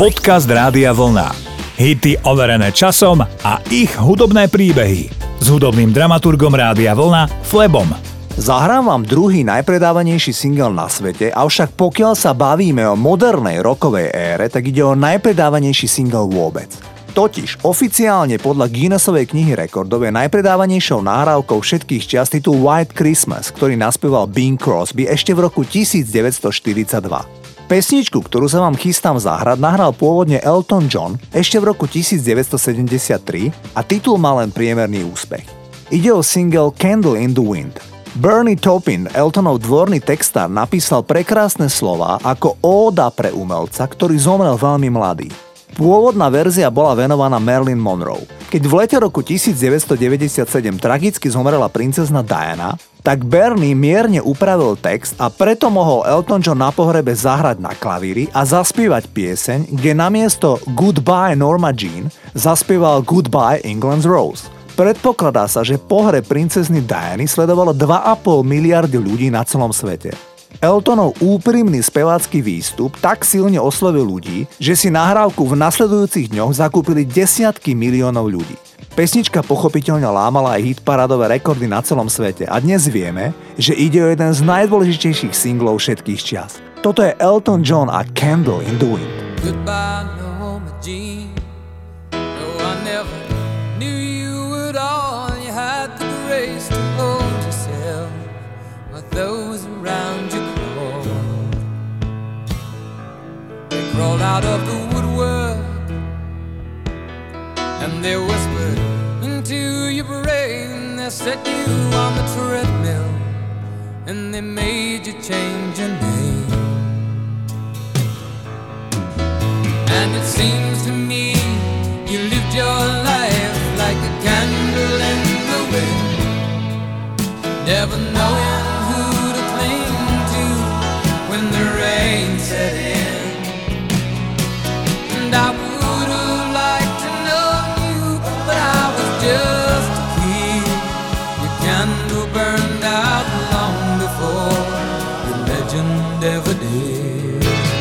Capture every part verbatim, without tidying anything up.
Podcast Rádia Vlna. Hity overené časom a ich hudobné príbehy. S hudobným dramaturgom Rádia Vlna, Flebom. Zahrám vám druhý najpredávanejší single na svete, avšak pokiaľ sa bavíme o modernej rockovej ére, tak ide o najpredávanejší single vôbec. Totiž oficiálne podľa Guinnessovej knihy rekordov je najpredávanejšou nahrávkou všetkých čias titul White Christmas, ktorý naspieval Bing Crosby ešte v roku devätnásťstoštyridsaťdva. Pesničku, ktorú sa vám chystám zahrať, nahral pôvodne Elton John ešte v roku devätnásťstosedemdesiattri a titul mal len priemerný úspech. Ide o single Candle in the Wind. Bernie Taupin, Eltonov dvorný textár, napísal prekrásne slová ako óda pre umelca, ktorý zomrel veľmi mladý. Pôvodná verzia bola venovaná Marilyn Monroe. Keď v lete roku devätnásťstodeväťdesiatsedem tragicky zomrela princezna Diana, tak Bernie mierne upravil text a preto mohol Elton John na pohrebe zahrať na klavíri a zaspievať pieseň, kde namiesto Goodbye Norma Jean zaspieval Goodbye England's Rose. Predpokladá sa, že pohreb princezny Diany sledovalo dva a pol miliardy ľudí na celom svete. Eltonov úprimný spevácky výstup tak silne oslovil ľudí, že si nahrávku v nasledujúcich dňoch zakúpili desiatky miliónov ľudí. Pesnička pochopiteľne lámala aj hitparádové rekordy na celom svete a dnes vieme, že ide o jeden z najdôležitejších singlov všetkých čias. Toto je Elton John a Candle in the Wind. Goodbye, Norma Jean. No, I never knew you at all. You had the grace to hold yourself while those around you crawled. They crawled out of the woodwork and they whispered into your brain. They set you on the treadmill and they made you change your name. And it seems to me you lived your life like a candle in the wind, never knowing who to cling to when the rain set in. And I would have liked to know you, but I was just a kid. Your candle burned out long before your legend ever did.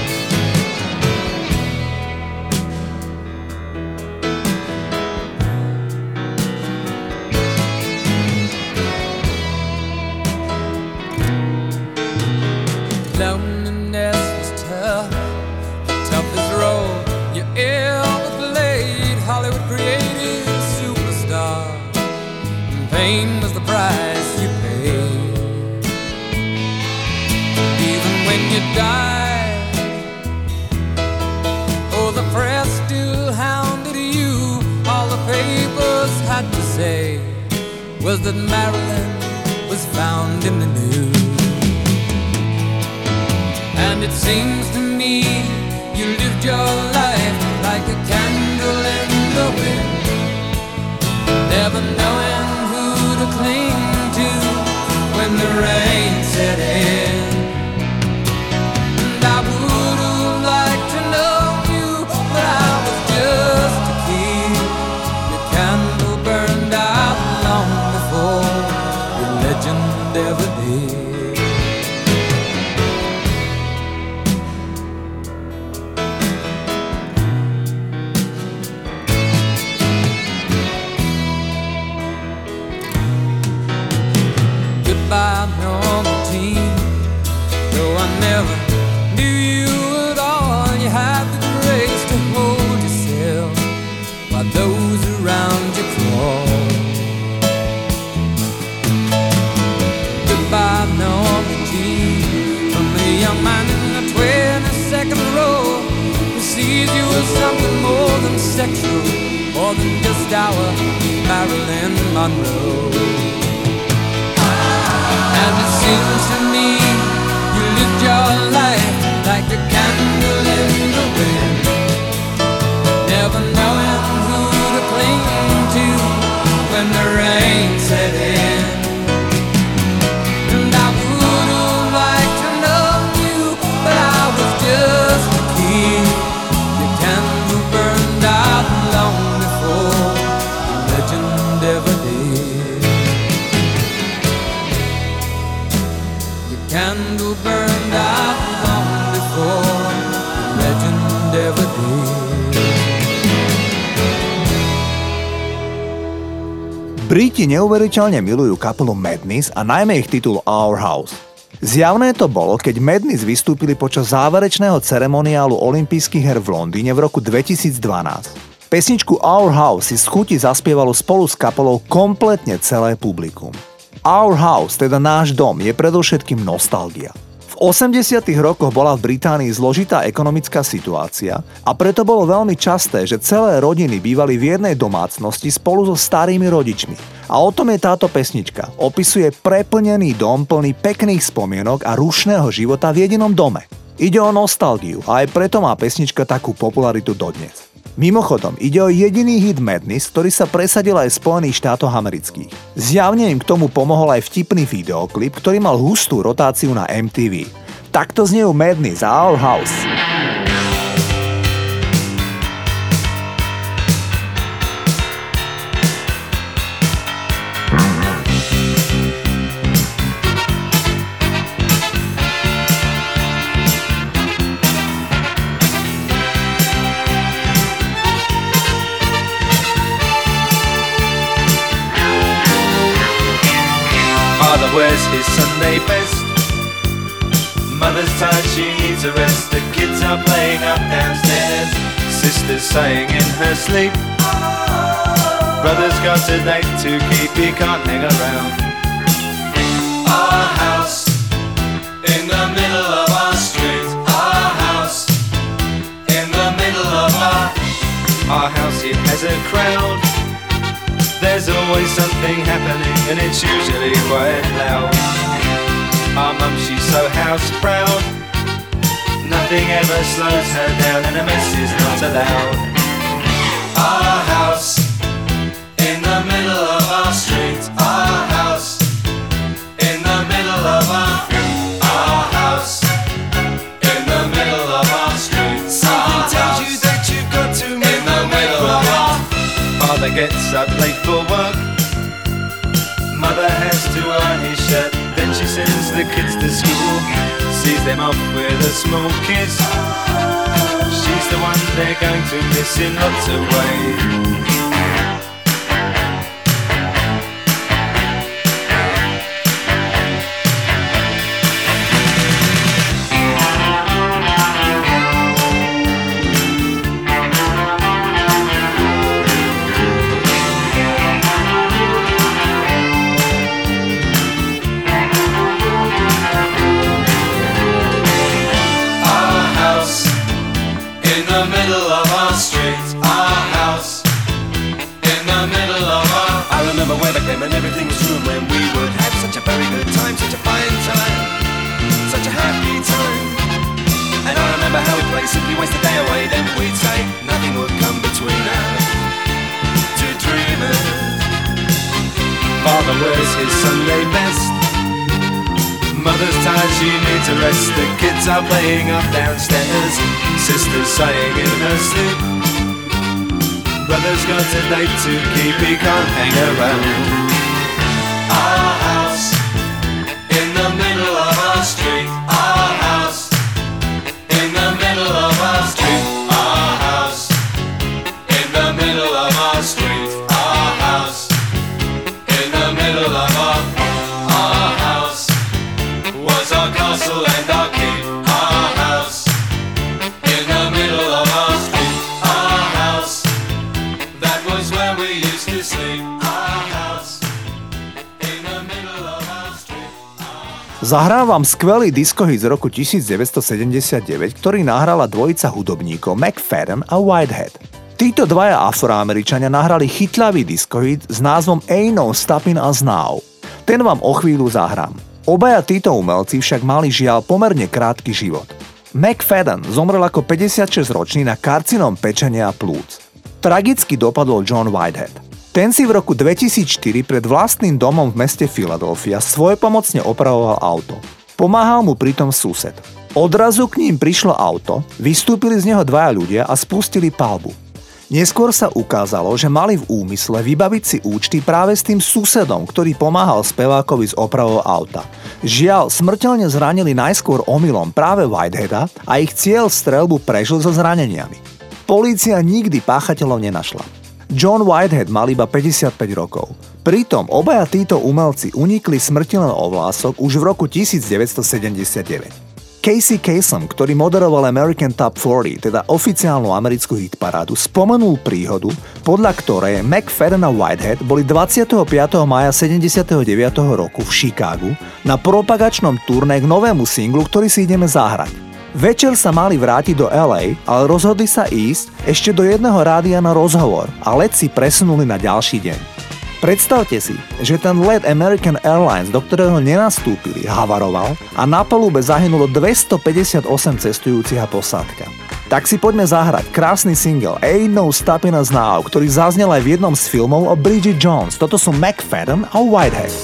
Loneliness was tough, the toughest role you ever played. Hollywood created a superstar, and pain was the price you paid. Even when you died, oh, the press still hounded you. All the papers had to say was that Marilyn was found in the news. And it seems to me you lived your life like a candle in the wind, never knowing who to cling to when the rain set in. And I would have liked to know you, but I was just a kid. Your candle burned out long before your legend ever did. By Norma Jean, though I never knew you at all, you had the grace to hold yourself while those around you crawled. Goodbye, Norma Jean, from the young man in the twenty-second row who sees you as something more than sexual, more than just our Marilyn Monroe. And it seems to me you lived your life like a candle in the wind, never knowing who to cling to when the rain set in. And I would have liked to know you, but I was just a kid. Your candle burned out long before the legend ever did. Candle burned out long Briti neuveriteľne milujú kapelu Madness a najmä ich titul Our House. Zjavné to bolo, keď Madness vystúpili počas záverečného ceremoniálu olympijských her v Londýne v roku dvetisícdvanásť. Pesničku Our House si z chuti zaspievalo spolu s kapelou kompletne celé publikum. Our House, teda náš dom, je predovšetkým nostalgia. V osemdesiatych rokoch bola v Británii zložitá ekonomická situácia a preto bolo veľmi časté, že celé rodiny bývali v jednej domácnosti spolu so starými rodičmi. A o tom je táto pesnička. Opisuje preplnený dom plný pekných spomienok a rušného života v jedinom dome. Ide o nostalgiu a aj preto má pesnička takú popularitu dodnes. Mimochodom, ide o jediný hit Madness, ktorý sa presadil aj v Spojených štátoch amerických. Zjavne im k tomu pomohol aj vtipný videoklip, ktorý mal hustú rotáciu na em tí ví. Takto znejú Madness a Our House. Wears his Sunday best. Mother's tired, she needs a rest. The kids are playing up downstairs. Sister's sighing in her sleep. Brother's got a date to keep, he can't hang around. Our house in the middle of our street. Our house in the middle of our Our house, it has a crowd. There's always something happening and it's usually quite loud. Our mum, she's so house proud. Nothing ever slows her down and a mess is not allowed. Our house in the middle of our street. Our house in the middle of our Our house in the middle of our street. Something tells you that you've got to move in the middle of our Father gets up late for work. Mother has to iron his shirt. Then she sends the kids to school, sees them off with a small kiss. She's the one they're going to miss in lots of ways. And everything was room when we would have such a very good time, such a fine time, such a happy time. And I remember how we'd play, simply waste the day away. Then we'd say nothing would come between us, two dreamers. Father wears his Sunday best. Mother's tired, she needs a rest. The kids are playing up downstairs. Sister's sighing in her sleep. Brother's got a date to keep, he can't hang around. Our house in the middle of our street. Our house in the middle of our street. Our house in the middle of our street. Our house in the middle of our Our house was our castle and our keep. Our house in the middle of our street. Our house, that was where we used to sleep. Our house in the middle of our street. Zahrám vám skvelý diskohit z roku devätnásťsedemdesiatdeväť, ktorý nahrala dvojica hudobníkov McFadden a Whitehead. Títo dvaja Afroameričania nahrali chytľavý diskohit s názvom Ain't No Stopping Us Now. Ten vám o chvíľu zahrám. Obaja títo umelci však mali žiaľ pomerne krátky život. McFadden zomrel ako päťdesiatšesťročný na karcinom pečenia a plúc. Tragicky dopadol John Whitehead. Ten si v roku dvetisícštyri pred vlastným domom v meste Philadelphia svojpomocne opravoval auto. Pomáhal mu pritom sused. Odrazu k ním prišlo auto, vystúpili z neho dvaja ľudia a spustili paľbu. Neskôr sa ukázalo, že mali v úmysle vybaviť si účty práve s tým susedom, ktorý pomáhal spevákovi s opravou auta. Žiaľ, smrteľne zranili najskôr omylom práve Whiteheada a ich cieľ streľbu prežil so zraneniami. Polícia nikdy páchateľov nenašla. John Whitehead mal iba päťdesiatpäť rokov. Pritom obaja títo umelci unikli smrti len o vlások už v roku devätnásťstosedemdesiatdeväť. Casey Kasem, ktorý moderoval American Top štyridsať, teda oficiálnu americkú hitparádu, spomenul príhodu, podľa ktorej McFadden a Whitehead boli dvadsiateho piateho mája sedemdesiateho deviateho roku v Chicagu na propagačnom turné k novému singlu, ktorý si ideme zahrať. Večer sa mali vrátiť do el ej, ale rozhodli sa ísť ešte do jedného rádia na rozhovor a let si presunuli na ďalší deň. Predstavte si, že ten let American Airlines, do ktorého nenastúpili, havaroval a na palube zahynulo dvestopäťdesiatosem cestujúcich a posádka. Tak si poďme zahrať krásny single Ain't No Stopping Us Now, ktorý zaznel aj v jednom z filmov o Bridget Jones. Toto sú McFadden a Whitehead.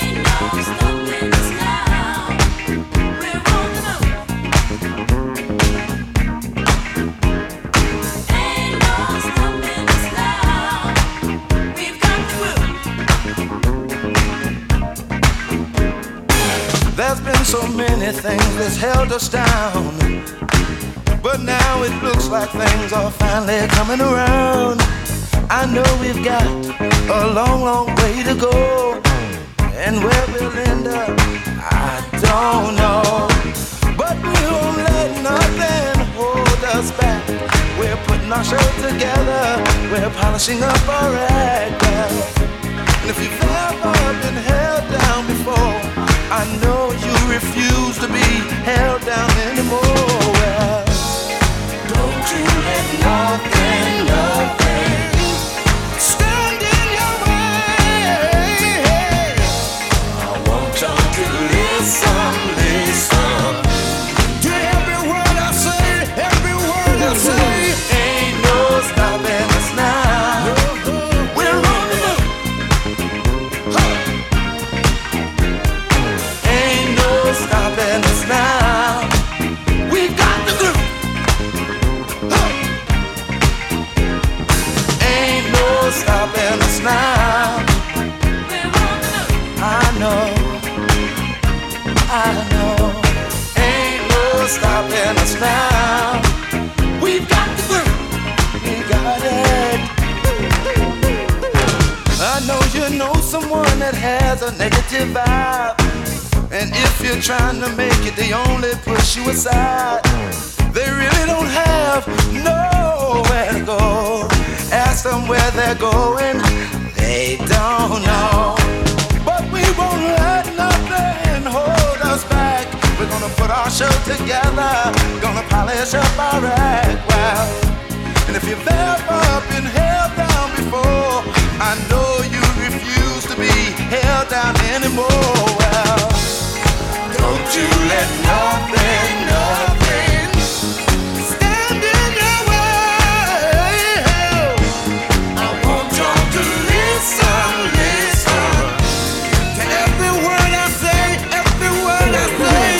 There's been so many things that's held us down, but now it looks like things are finally coming around. I know we've got a long, long way to go, and where we'll end up, I don't know. But we won't let nothing hold us back. We're putting our show together, we're polishing up our act. And if you've ever been held down before, I know you refuse to be held down anymore. Well, don't you let nothing, nothing stand in your way. I want you to listen, listen to every word I say, every word I say. Ain't no stopping us now. We're on the move. Stopping us now. We've got the groove. Huh. Ain't no stopping us now. I know, I know. Ain't no stopping us now. We've got the groove. We got it. I know you know someone that has a negative vibe, and if you're trying to make it, they only push you aside. They really don't have nowhere to go. Ask them where they're going, they don't know. But we won't let nothing hold us back. We're gonna put our show together, gonna polish up our act well. And if you've ever been held down before, I know you refuse to be held down anymore. Well, don't you let nothing, nothing stand in your way. I want you to listen, listen to every word I say, every word I say.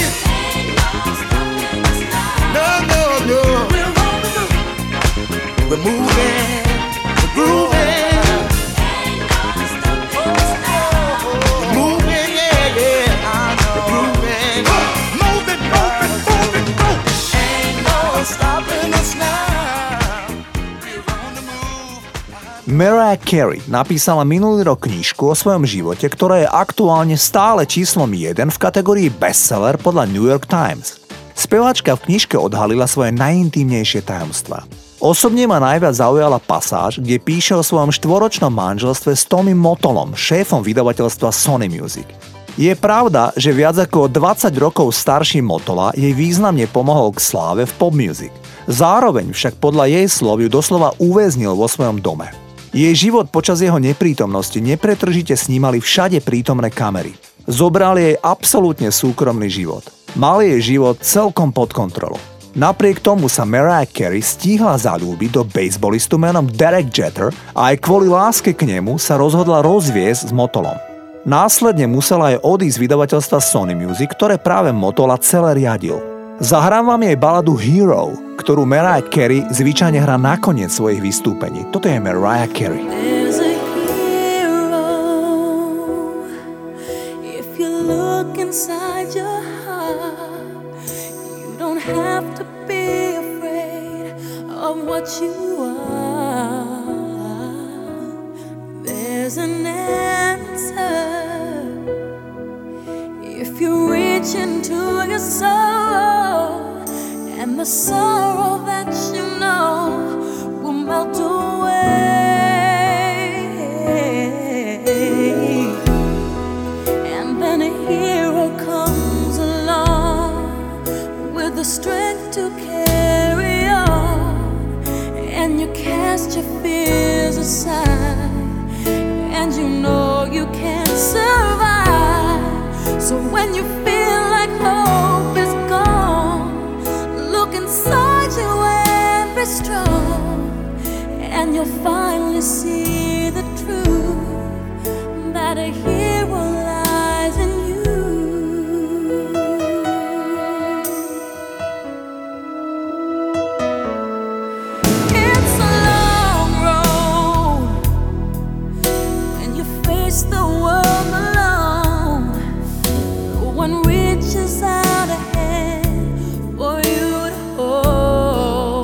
No, no, no. We're on the move. We're moving, we're grooving. Mariah Carey napísala minulý rok knižku o svojom živote, ktorá je aktuálne stále číslom jeden v kategórii bestseller podľa New York Times. Speváčka v knižke odhalila svoje najintímnejšie tajomstvá. Osobne ma najviac zaujala pasáž, kde píše o svojom štvoročnom manželstve s Tommy Mottolom, šéfom vydavateľstva Sony Music. Je pravda, že viac ako dvadsať rokov starší Mottola jej významne pomohol k sláve v pop music. Zároveň však podľa jej slov ju doslova uväznil vo svojom dome. Jej život počas jeho neprítomnosti nepretržite snímali všade prítomné kamery. Zobral jej absolútne súkromný život. Mal jej život celkom pod kontrolou. Napriek tomu sa Mariah Carey stíhla zaľúbiť do bejsbolistu menom Derek Jeter a aj kvôli láske k nemu sa rozhodla rozviesť s Mottolom. Následne musela aj odísť z vydavateľstva Sony Music, ktoré práve Mottola celé riadil. Zahrám vám jej baladu Hero, ktorú Mariah Carey zvyčajne hrá nakoniec svojich vystúpení. Toto je Mariah Carey. There's a hero. If you look inside your heart, you don't have to be afraid of what you are, there's an answer. If you reach into your soul, and the sorrow that you know will melt away, and then a hero comes along with the strength to carry on, and you cast your fears aside, and you know you can survive. So when you feel like hope is gone, look inside you and be strong, and you'll finally see the truth, that a hero lies in you. It's a long road when you face the world alone. No one reaches out a hand for you to hold.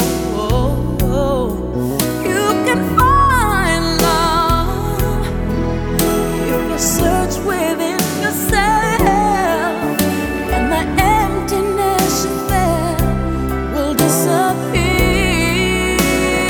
You can find love if you search within yourself, and the emptiness you felt will disappear.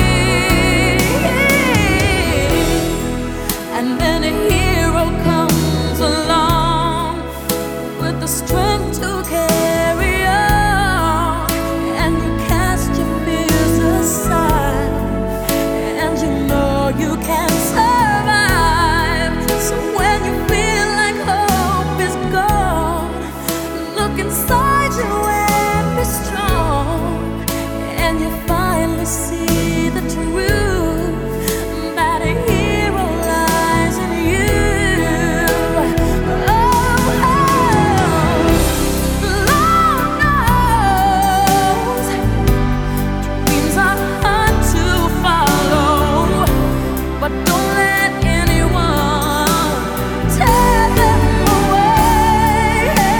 And then a hero comes along with the strength to carry on, and you cast your fears aside, and you know you can survive. So when you feel like hope is gone, look inside you and be strong, and you finally see the truth, that a hero lies in you. Oh, Lord knows dreams are hard to follow, but don't let anyone tear them away.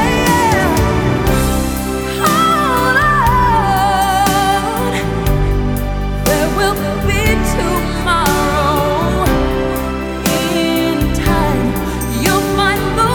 Hold on, there will be tomorrow. In time, you'll find the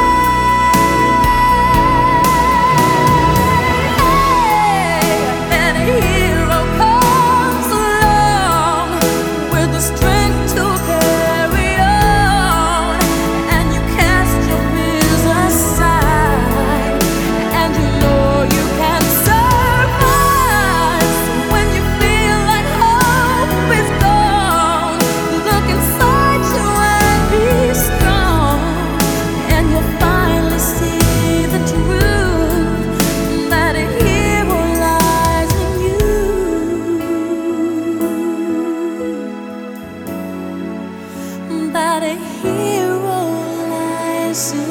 way. And a hero comes along with the strength to carry on, and you cast your fears aside, and you know you can survive. So when you feel like hope is gone, look inside you and be strong, and you'll finally see the truth, that a hero lies in you. That a hero lies in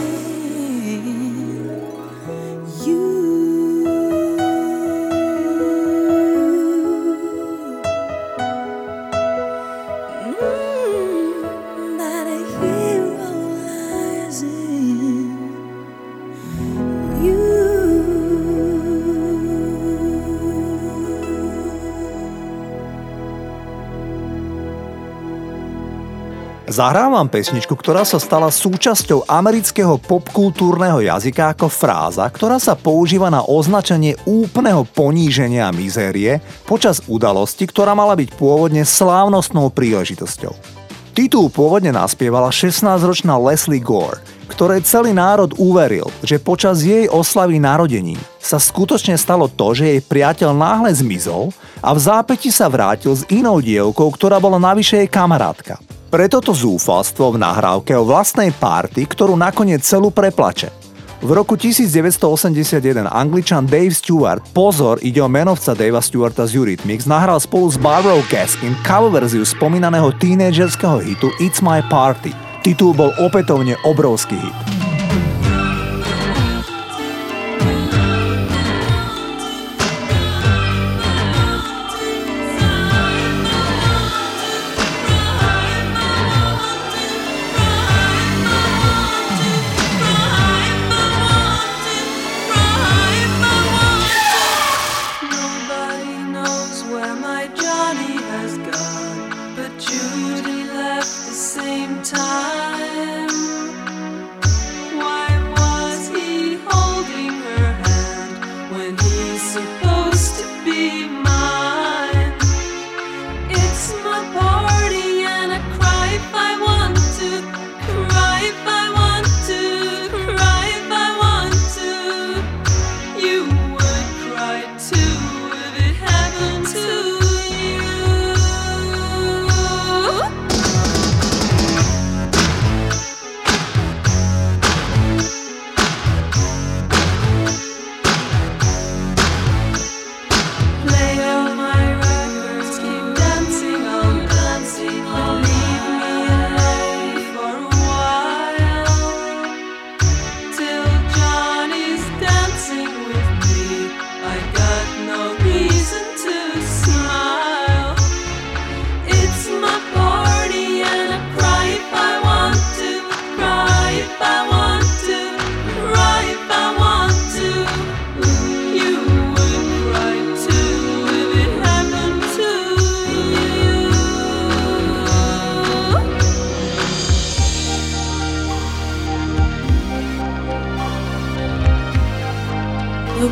you. Mm, that a hero lies in you. Zahrám vám pesničku, ktorá sa stala súčasťou amerického popkultúrneho jazyka ako fráza, ktorá sa používa na označenie úplného poníženia a mizérie počas udalosti, ktorá mala byť pôvodne slávnostnou príležitosťou. Titul pôvodne naspievala šestnásťročná Leslie Gore, ktorej celý národ uveril, že počas jej oslavy narodení sa skutočne stalo to, že jej priateľ náhle zmizol a v zápäti sa vrátil s inou dievkou, ktorá bola navyše jej kamarátka. Preto to zúfalstvo v nahrávke o vlastnej párty, ktorú nakoniec celú preplače. V roku devätnásťstoosemdesiatjeden Angličan Dave Stewart, pozor, ide o menovca Davea Stewarta z Eurythmics, nahral spolu s Barbara Gaskin coververziu spomínaného tínedžerského hitu It's My Party. Titul bol opätovne obrovský hit. Nobody knows where my Johnny has gone.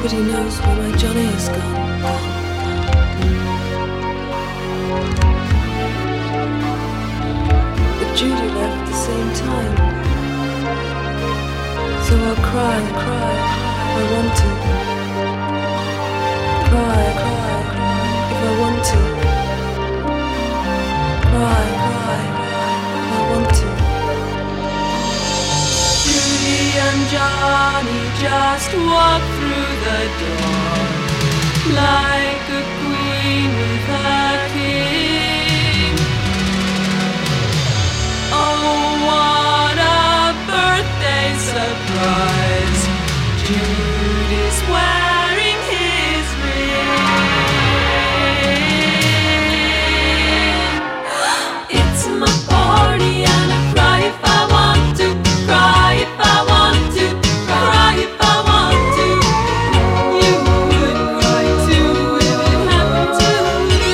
Nobody knows where my Johnny has gone. But Judy left the same time. So I'll cry and cry if I want to. Cry, cry, cry if I want to. Cry, cry if I want to. Judy and Johnny just walk through the door like a queen with her king. Oh, what a birthday surprise! Judy's wearing his ring. It's my party and I cry if I want to, cry if I want to, cry if I want to. You would cry too if it happened to you.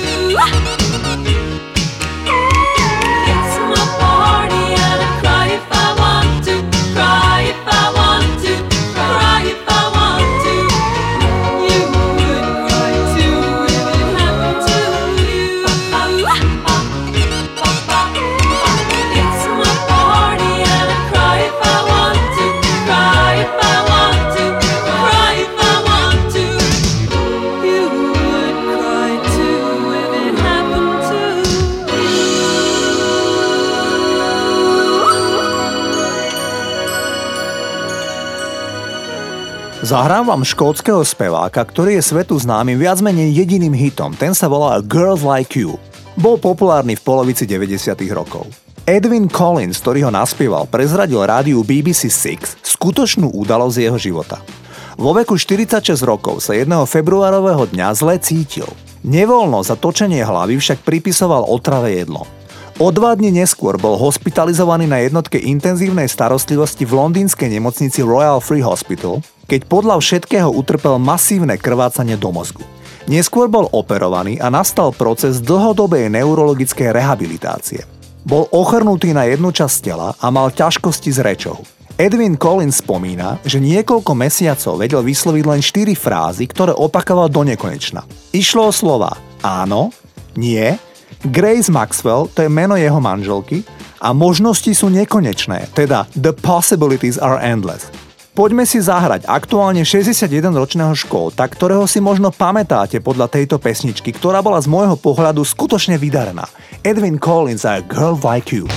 It's my party and I cry if I want to, cry if I want to, cry if I want to. You would cry too if it happened to you. It's my party and I cry if I want to, cry if I want to, cry if I want to. You would cry too if it happened to you. Zahrám vám škótskeho speváka, ktorý je svetu známym viac menej jediným hitom. Ten sa volá A Girl Like You. Bol populárny v polovici deväťdesiatych rokov. Edwyn Collins, ktorý ho naspieval, prezradil rádiu bé bé cé šesť skutočnú udalosť jeho života. Vo veku štyridsaťšesť rokov sa jedného februárového dňa zle cítil. Nevoľno za točenie hlavy však pripisoval otrave jedlo. O dva dni neskôr bol hospitalizovaný na jednotke intenzívnej starostlivosti v londýnskej nemocnici Royal Free Hospital, keď podľa všetkého utrpel masívne krvácanie do mozgu. Neskôr bol operovaný a nastal proces dlhodobej neurologickej rehabilitácie. Bol ochrnutý na jednu časť tela a mal ťažkosti s rečou. Edwyn Collins spomína, že niekoľko mesiacov vedel vysloviť len štyri frázy, ktoré opakoval do nekonečna. Išlo o slova áno, nie, Grace Maxwell, to je meno jeho manželky, a možnosti sú nekonečné, teda the possibilities are endless. Poďme si zahrať aktuálne šesťdesiatjedenročného Škóta, ktorého si možno pamätáte podľa tejto pesničky, ktorá bola z môjho pohľadu skutočne vydarená. Edwyn Collins a Girl Like You.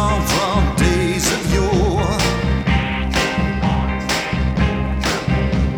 Song from days of yore.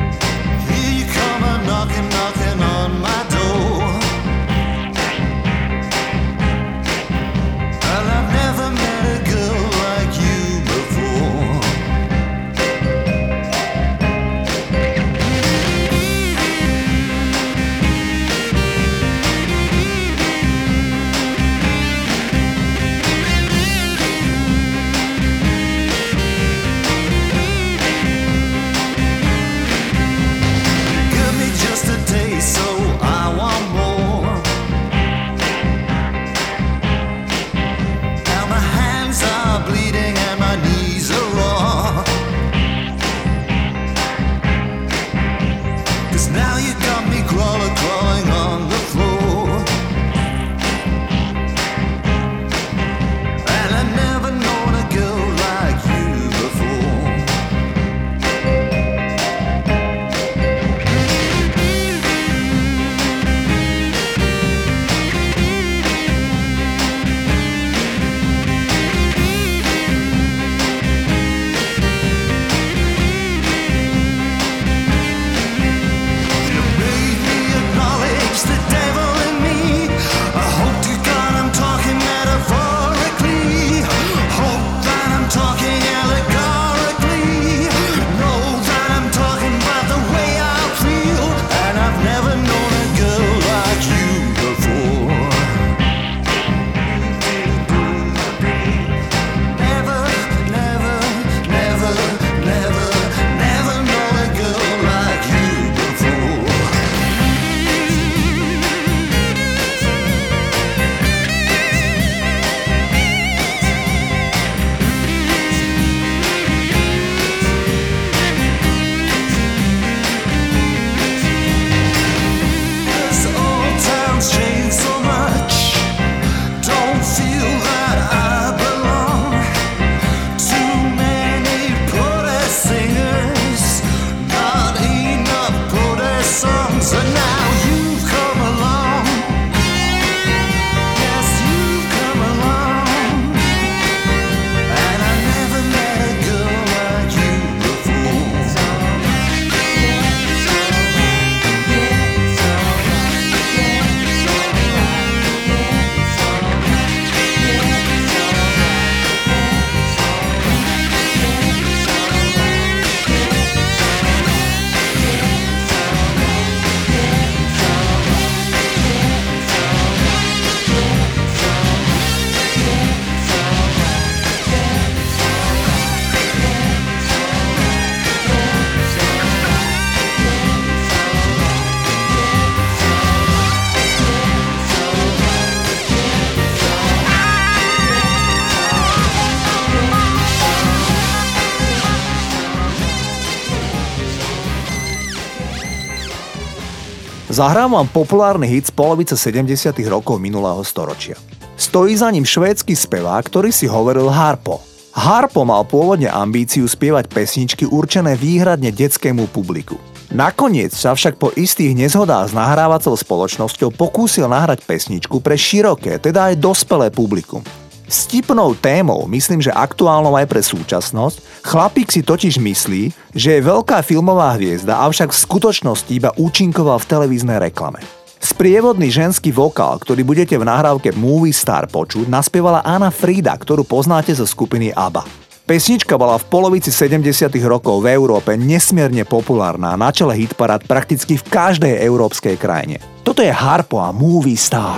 Zahrám vám populárny hit z polovice sedemdesiatych rokov minulého storočia. Stojí za ním švédsky spevák, ktorý si hovoril Harpo. Harpo mal pôvodne ambíciu spievať pesničky určené výhradne detskému publiku. Nakoniec sa však po istých nezhodách s nahrávacou spoločnosťou pokúsil nahrať pesničku pre široké, teda aj dospelé publikum. Vtipnou témou, myslím, že aktuálnou aj pre súčasnosť, chlapík si totiž myslí, že je veľká filmová hviezda, avšak v skutočnosti iba účinkoval v televíznej reklame. Sprievodný ženský vokál, ktorý budete v nahrávke Movie Star počuť, naspievala Anna Frida, ktorú poznáte zo skupiny ABBA. Pesnička bola v polovici sedemdesiatych rokov v Európe nesmierne populárna, na čele hitparád prakticky v každej európskej krajine. Toto je Harpo a Movie Star.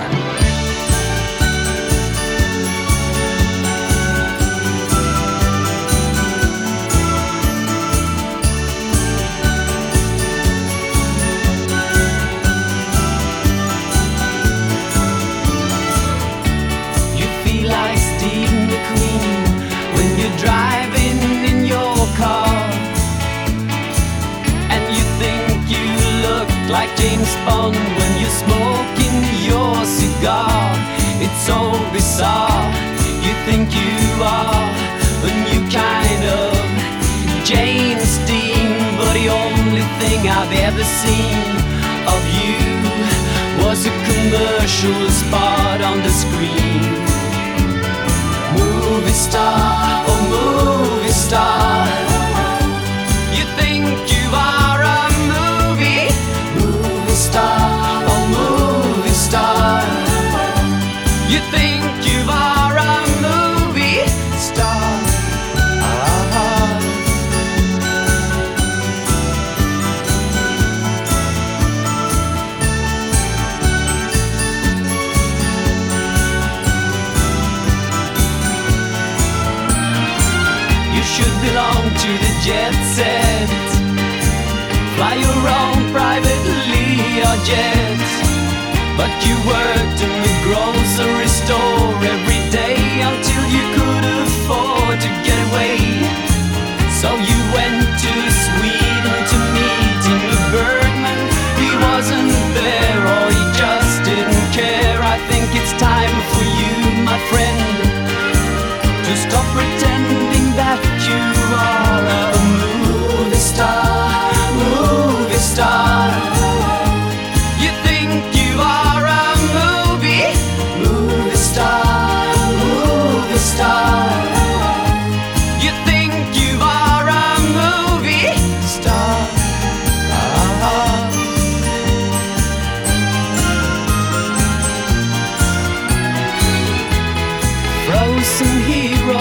Like James Bond when you're smoking your cigar. It's so bizarre. You think you are a new kind of James Dean, but the only thing I've ever seen of you was a commercial spot on the screen. Movie star, oh movie star, you think you are a movie star, oh movie star, you think you are a movie star. Ah. You should belong to the jet set, fly your own privately or jet, but you worked in the grocery store every day until you could afford to get away. So you went to Sweden to meet Ingmar Bergman. He wasn't there or he just didn't care. I think it's time for you, my friend, to stop pretending that you are a movie star, movie star. You think you are a movie, movie star, movie star. You think you are a movie star. Ah. Frozen hero,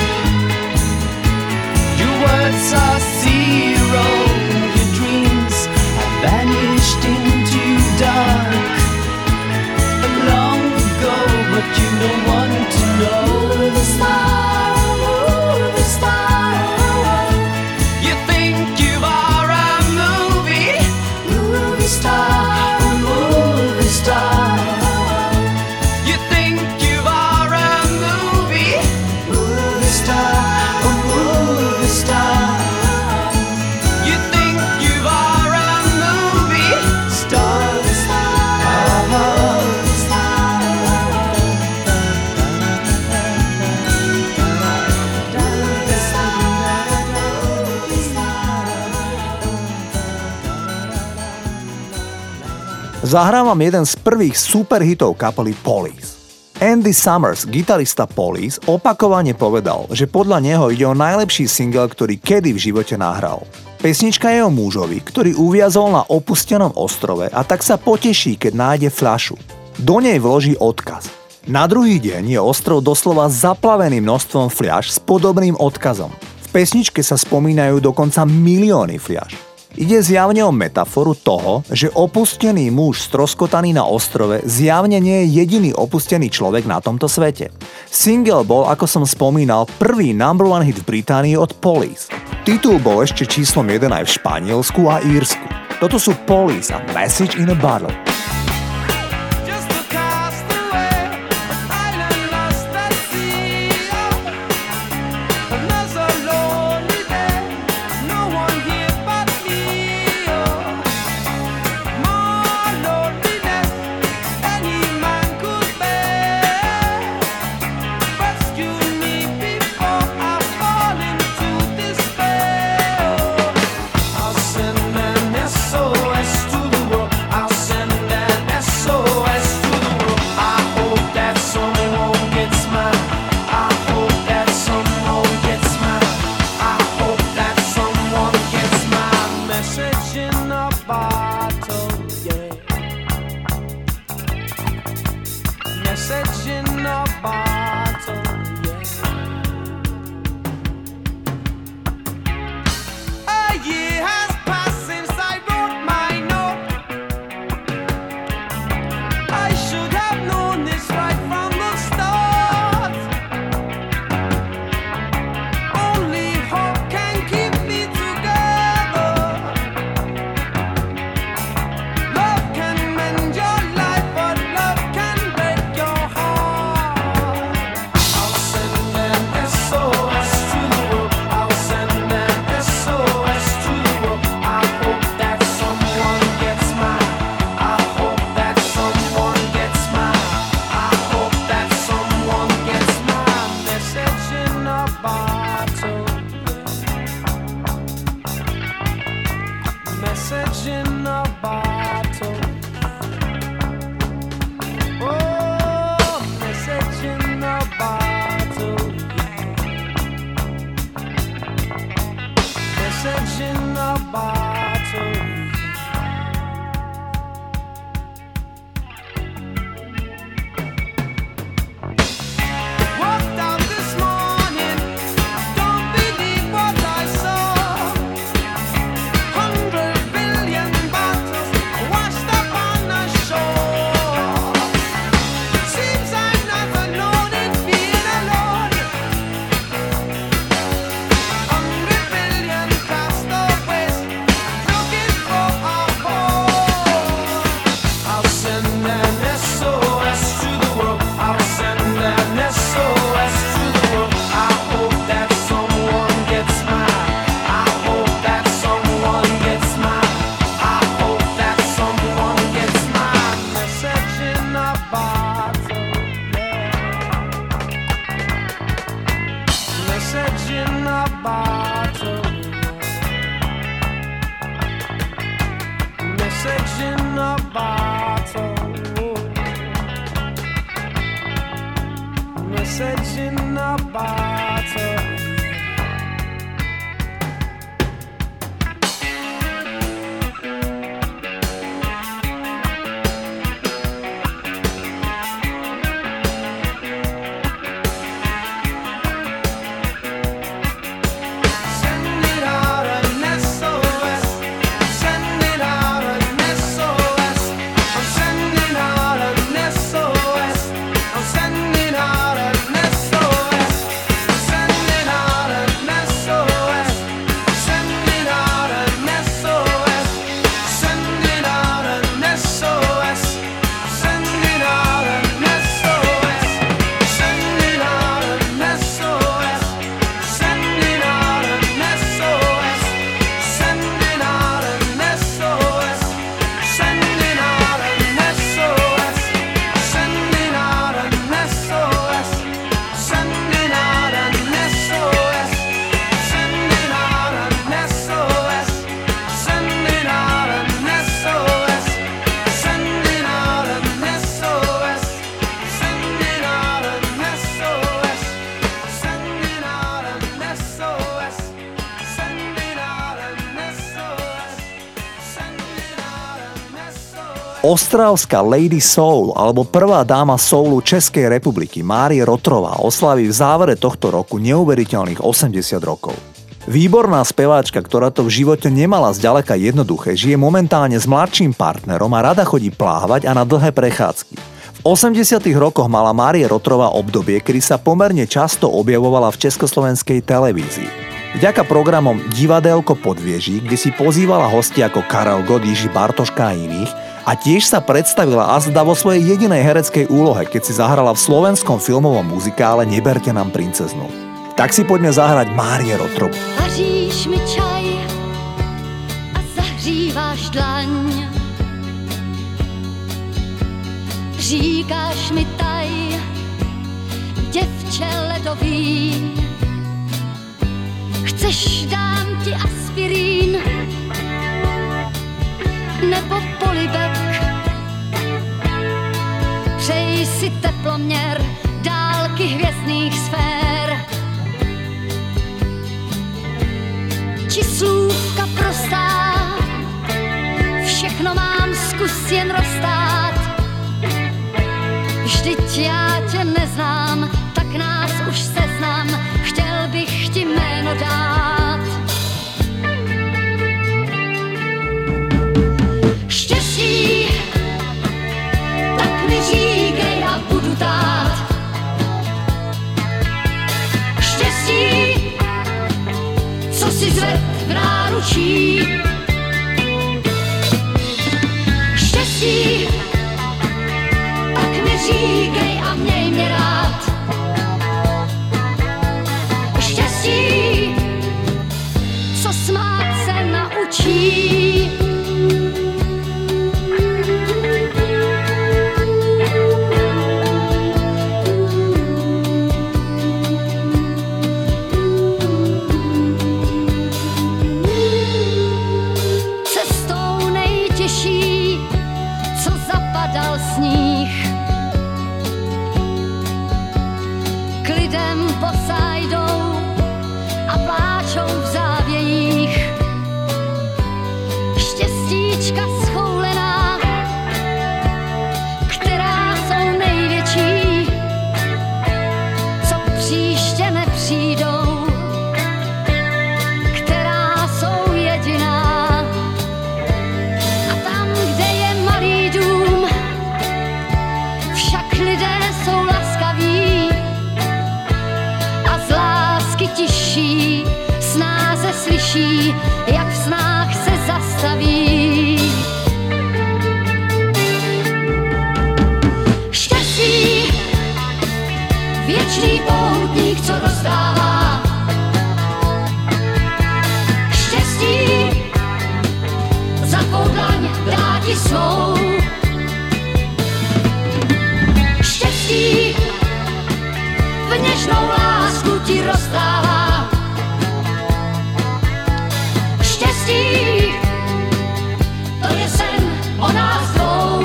your words are zero. Your dreams have vanished into dark long ago, but you don't want to know. Movie star, movie star, you think you are a movie, movie star, movie star. You think you are a movie, movie star, movie star. You think you are a movie star. Zahrám vám jeden z prvých superhitov kapely Police. Andy Summers, gitarista Police, opakovane povedal, že podľa neho ide o najlepší single, ktorý kedy v živote nahral. Pesnička je o mužovi, ktorý uviazol na opustenom ostrove a tak sa poteší, keď nájde fľašu. Do nej vloží odkaz. Na druhý deň je ostrov doslova zaplavený množstvom fľaš s podobným odkazom. V pesničke sa spomínajú dokonca milióny fľaš. Ide zjavne o metaforu toho, že opustený muž stroskotaný na ostrove zjavne nie je jediný opustený človek na tomto svete. Single bol, ako som spomínal, prvý number one hit v Británii od Police. Titul bol ešte číslom jeden aj v Španielsku a Írsku. Toto sú Police a Message in a Bottle. No one here but me. Oh, more message in a bottle. Walked out this morning, don't believe what I saw. Hundred billion bottles washed up on the shore. Seems I never known it being alone. Hundred billion castaways looking for a home. I'll send an S O S to the world. I'll send an S O S to the world. I hope that someone gets mine. I hope that someone gets mine. I hope that someone gets mine. Message in a bottle, yeah. Message in a bottle. Message in a bottle. Message in a bottle. Send it out an S O S. Send it out an S O S. I'm sending out an S O S. I'm sending out an S O S. I'm sending out an S O S. Sending out an S O S. Sending out an S O S. Sending out an S O S. Sending out an S O S. Sending out an S O S. Sending out an S O S. Sending out an S O S. Sending out an S O S. Sending out an S O S. Sending out an S O S. Sending out an S O S. Sending out an S O S. Sending out an S O S. Sending out an S O S. Sending out an S O S. Sending out an S O S. Ostravská Lady Soul alebo prvá dáma soulu Českej republiky Márie Rotrová oslaví v závere tohto roku neuveriteľných osemdesiat rokov. Výborná speváčka, ktorá to v živote nemala zďaleka jednoduché, žije momentálne s mladším partnerom a rada chodí plávať a na dlhé prechádzky. V osemdesiatych rokoch mala Márie Rotrová obdobie, kedy sa pomerne často objavovala v československej televízii. Vďaka programom Divadélko Podvieží, kde si pozývala hostia ako Karel Gott, Jiří Bartoška a iných, a tiež sa predstavila azda vo svojej jedinej hereckej úlohe, keď si zahrala v slovenskom filmovom muzikále Neberte nám princeznu. Tak si poďme zahrať Márie Rotrovu. Vaříš mi čaj a zahříváš dlaň. Říkáš mi taj, děvče ledový. Chceš, dám ti aspirín nebo polibek. Přeji si teploměr dálky hvězdných sfér. Či slůvka prostá, všechno mám, zkus jen roztát. Vždyť já tě neznám, tak nás už seznam, chtěl bych ti jméno dát. Štěstí, tak mi říkej a budu tát. Štěstí, co si zved v náručí. Štěstí, tak mi říkej a měj mě rád. Štěstí, co smát se naučí. Lidem posajdou a pláčou v závějích. slyší, jak v snách se zastaví. Štěstí, věčný poutník, co rozdává. Štěstí, za tvou dlaň vrátí svou. Štěstí, v něžnou lásku ti rozdává. Štěstí, to je sen o nás dvou.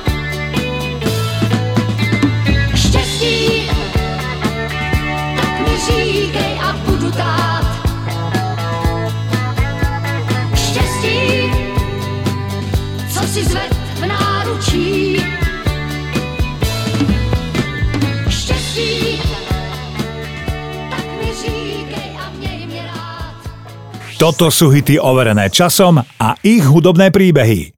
Štěstí, tak mi říkej a budu tát. Štěstí, co si zved v náručí. Štěstí, tak mi říkej a měj mě rád. Toto sú hity overené časom a ich hudobné príbehy.